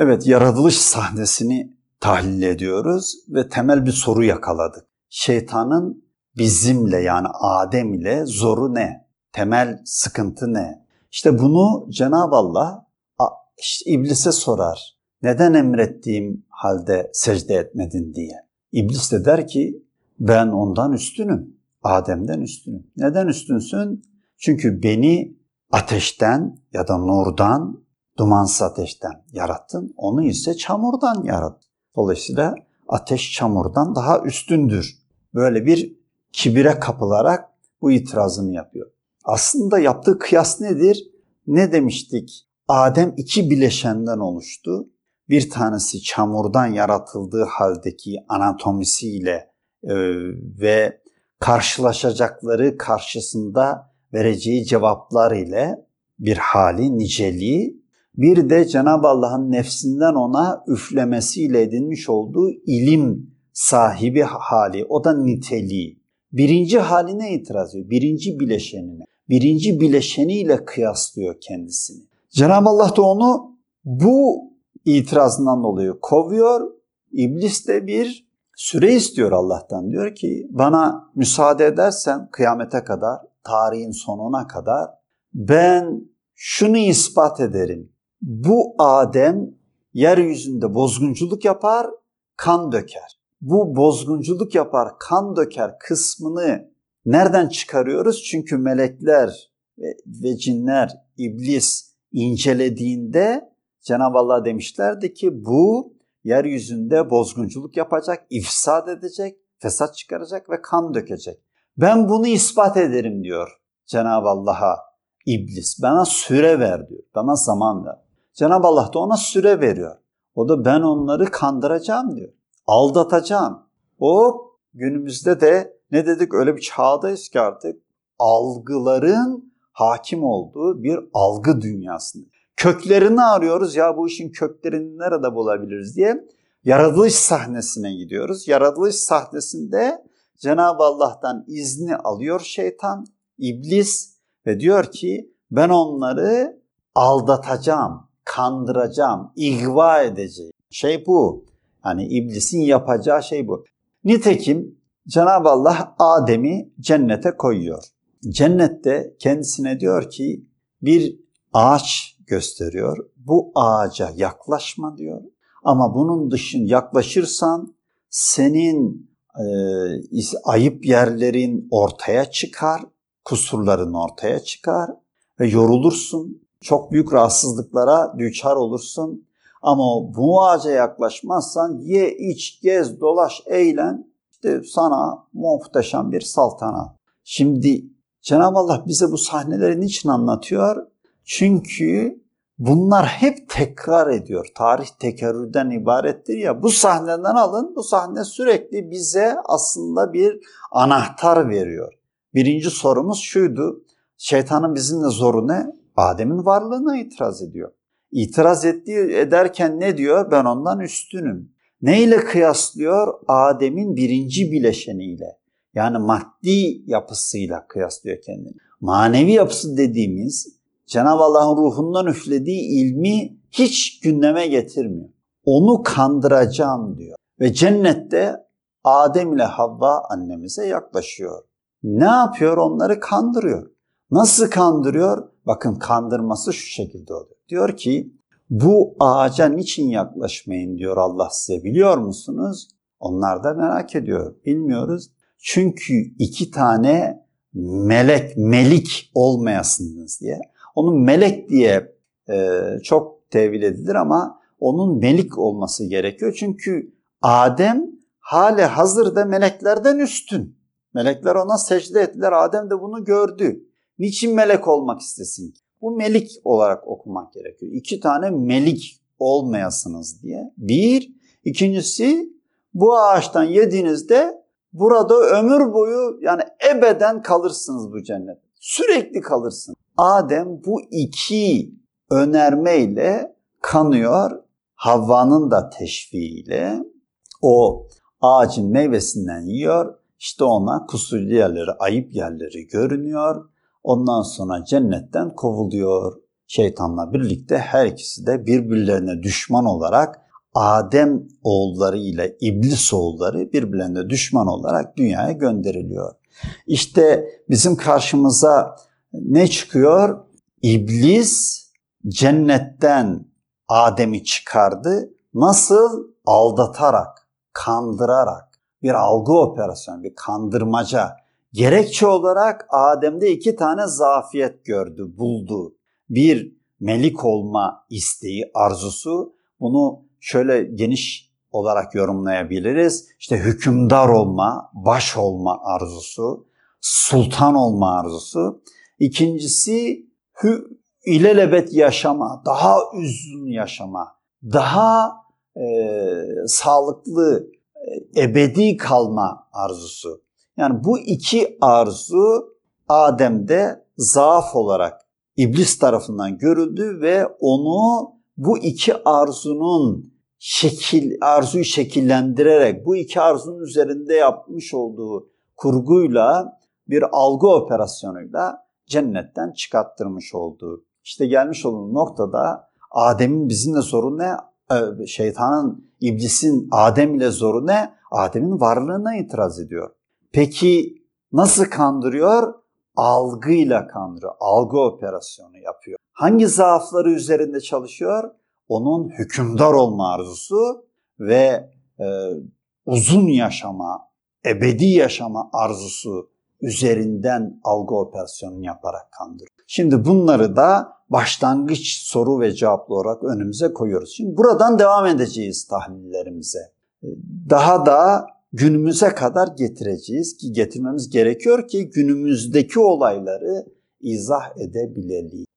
Evet, yaratılış sahnesini tahlil ediyoruz ve temel bir soru yakaladık. Şeytanın bizimle yani Adem ile zoru ne? Temel sıkıntı ne? İşte bunu Cenab-ı Allah iblise sorar. Neden emrettiğim halde secde etmedin diye. İblis de der ki ben ondan üstünüm. Adem'den üstünüm. Neden üstünsün? Çünkü beni ateşten ya da nurdan, dumansız ateşten yarattın. Onu ise çamurdan yarattın. Dolayısıyla ateş çamurdan daha üstündür. Böyle bir kibire kapılarak bu itirazını yapıyor. Aslında yaptığı kıyas nedir? Ne demiştik? Adem iki bileşenden oluştu. Bir tanesi çamurdan yaratıldığı haldeki anatomisiyle ve karşılaşacakları karşısında vereceği cevaplar ile bir hali, niceliği, bir de Cenab-ı Allah'ın nefsinden ona üflemesiyle edinmiş olduğu ilim sahibi hali, o da niteliği. Birinci haline itiraz ediyor, birinci bileşenine. Birinci bileşeniyle kıyaslıyor kendisini. Cenab-ı Allah da onu bu itirazından dolayı kovuyor. İblis de bir süre istiyor Allah'tan. Diyor ki bana müsaade edersen kıyamete kadar, tarihin sonuna kadar ben şunu ispat ederim. Bu Adem yeryüzünde bozgunculuk yapar, kan döker. Bu bozgunculuk yapar, kan döker kısmını nereden çıkarıyoruz? Çünkü melekler ve cinler, iblis incelediğinde Cenab-ı Allah demişlerdi ki bu yeryüzünde bozgunculuk yapacak, ifsad edecek, fesat çıkaracak ve kan dökecek. Ben bunu ispat ederim diyor Cenab-ı Allah'a iblis. Bana süre ver diyor, bana zaman ver. Cenab-ı Allah da ona süre veriyor. O da ben onları kandıracağım diyor, aldatacağım. O günümüzde de ne dedik öyle bir çağdayız ki artık algıların hakim olduğu bir algı dünyasında. Köklerini arıyoruz ya bu işin köklerini nerede bulabiliriz diye yaratılış sahnesine gidiyoruz. Yaratılış sahnesinde Cenab-ı Allah'tan izni alıyor şeytan, iblis ve diyor ki ben onları aldatacağım, kandıracağım, ihva edeceğim. Şey bu. Yani iblisin yapacağı şey bu. Nitekim Cenab-ı Allah Adem'i cennete koyuyor. Cennette kendisine diyor ki bir ağaç gösteriyor. Bu ağaca yaklaşma diyor. Ama bunun dışında yaklaşırsan senin ayıp yerlerin ortaya çıkar, kusurların ortaya çıkar ve yorulursun. Çok büyük rahatsızlıklara düçar olursun. Ama bu ağaca yaklaşmazsan ye, iç, gez, dolaş, eğlen. İşte sana muhteşem bir saltanat. Şimdi Cenab-ı Allah bize bu sahneleri niçin anlatıyor? Çünkü bunlar hep tekrar ediyor. Tarih tekerrürden ibarettir ya. Bu sahneden alın, bu sahne sürekli bize aslında bir anahtar veriyor. Birinci sorumuz şuydu. Şeytanın bizimle zoru ne? Adem'in varlığına itiraz ediyor. İtiraz ederken ne diyor? Ben ondan üstünüm. Neyle kıyaslıyor? Adem'in birinci bileşeniyle. Yani maddi yapısıyla kıyaslıyor kendini. Manevi yapısı dediğimiz Cenab-ı Allah'ın ruhundan üflediği ilmi hiç gündeme getirmiyor. Onu kandıracağım diyor. Ve cennette Adem ile Havva annemize yaklaşıyor. Ne yapıyor? Onları kandırıyor. Nasıl kandırıyor? Bakın kandırması şu şekilde oluyor. Diyor ki bu ağaca niçin yaklaşmayın diyor Allah size biliyor musunuz? Onlar da merak ediyor. Bilmiyoruz. Çünkü iki tane melik olmayasınız diye. Onun melek diye çok tevil edilir ama onun melik olması gerekiyor. Çünkü Adem hali hazırda meleklerden üstün. Melekler ona secde ettiler. Adem de bunu gördü. Niçin melek olmak istesin ki? Bu melik olarak okumak gerekiyor. İki tane melik olmayasınız diye. Bir. İkincisi bu ağaçtan yediğinizde burada ömür boyu yani ebeden kalırsınız bu cennette. Sürekli kalırsınız. Adem bu iki önermeyle kanıyor. Havva'nın da teşviğiyle o ağacın meyvesinden yiyor. İşte ona kusurlu yerleri, ayıp yerleri görünüyor. Ondan sonra cennetten kovuluyor. Şeytanla birlikte her ikisi de birbirlerine düşman olarak Adem oğulları ile İblis oğulları birbirlerine düşman olarak dünyaya gönderiliyor. İşte bizim karşımıza ne çıkıyor? İblis cennetten Adem'i çıkardı. Nasıl? Aldatarak, kandırarak. Bir algı operasyonu, bir kandırmaca. Gerekçe olarak Adem'de 2 tane zafiyet gördü, buldu. Bir, melik olma isteği, arzusu. Bunu şöyle geniş olarak yorumlayabiliriz. İşte hükümdar olma, baş olma arzusu, sultan olma arzusu. İkincisi, ilelebet yaşama, daha uzun yaşama, daha sağlıklı, ebedi kalma arzusu. Yani bu 2 arzu Adem'de zaaf olarak İblis tarafından görüldü ve onu bu 2 arzunun arzuyu şekillendirerek bu 2 arzunun üzerinde yapmış olduğu kurguyla bir algı operasyonuyla cennetten çıkarttırmış olduğu. İşte gelmiş olduğu noktada Adem'in bizimle sorunu ne? Şeytanın, İblisin Adem ile zoru ne? Adem'in varlığına itiraz ediyor. Peki nasıl kandırıyor? Algıyla kandırıyor. Algı operasyonu yapıyor. Hangi zaafları üzerinde çalışıyor? Onun hükümdar olma arzusu ve uzun yaşama, ebedi yaşama arzusu üzerinden algı operasyonunu yaparak kandırıyor. Şimdi bunları da başlangıç soru ve cevaplı olarak önümüze koyuyoruz. Şimdi buradan devam edeceğiz tahlillerimize. Daha da günümüze kadar getireceğiz ki getirmemiz gerekiyor ki günümüzdeki olayları izah edebilelim.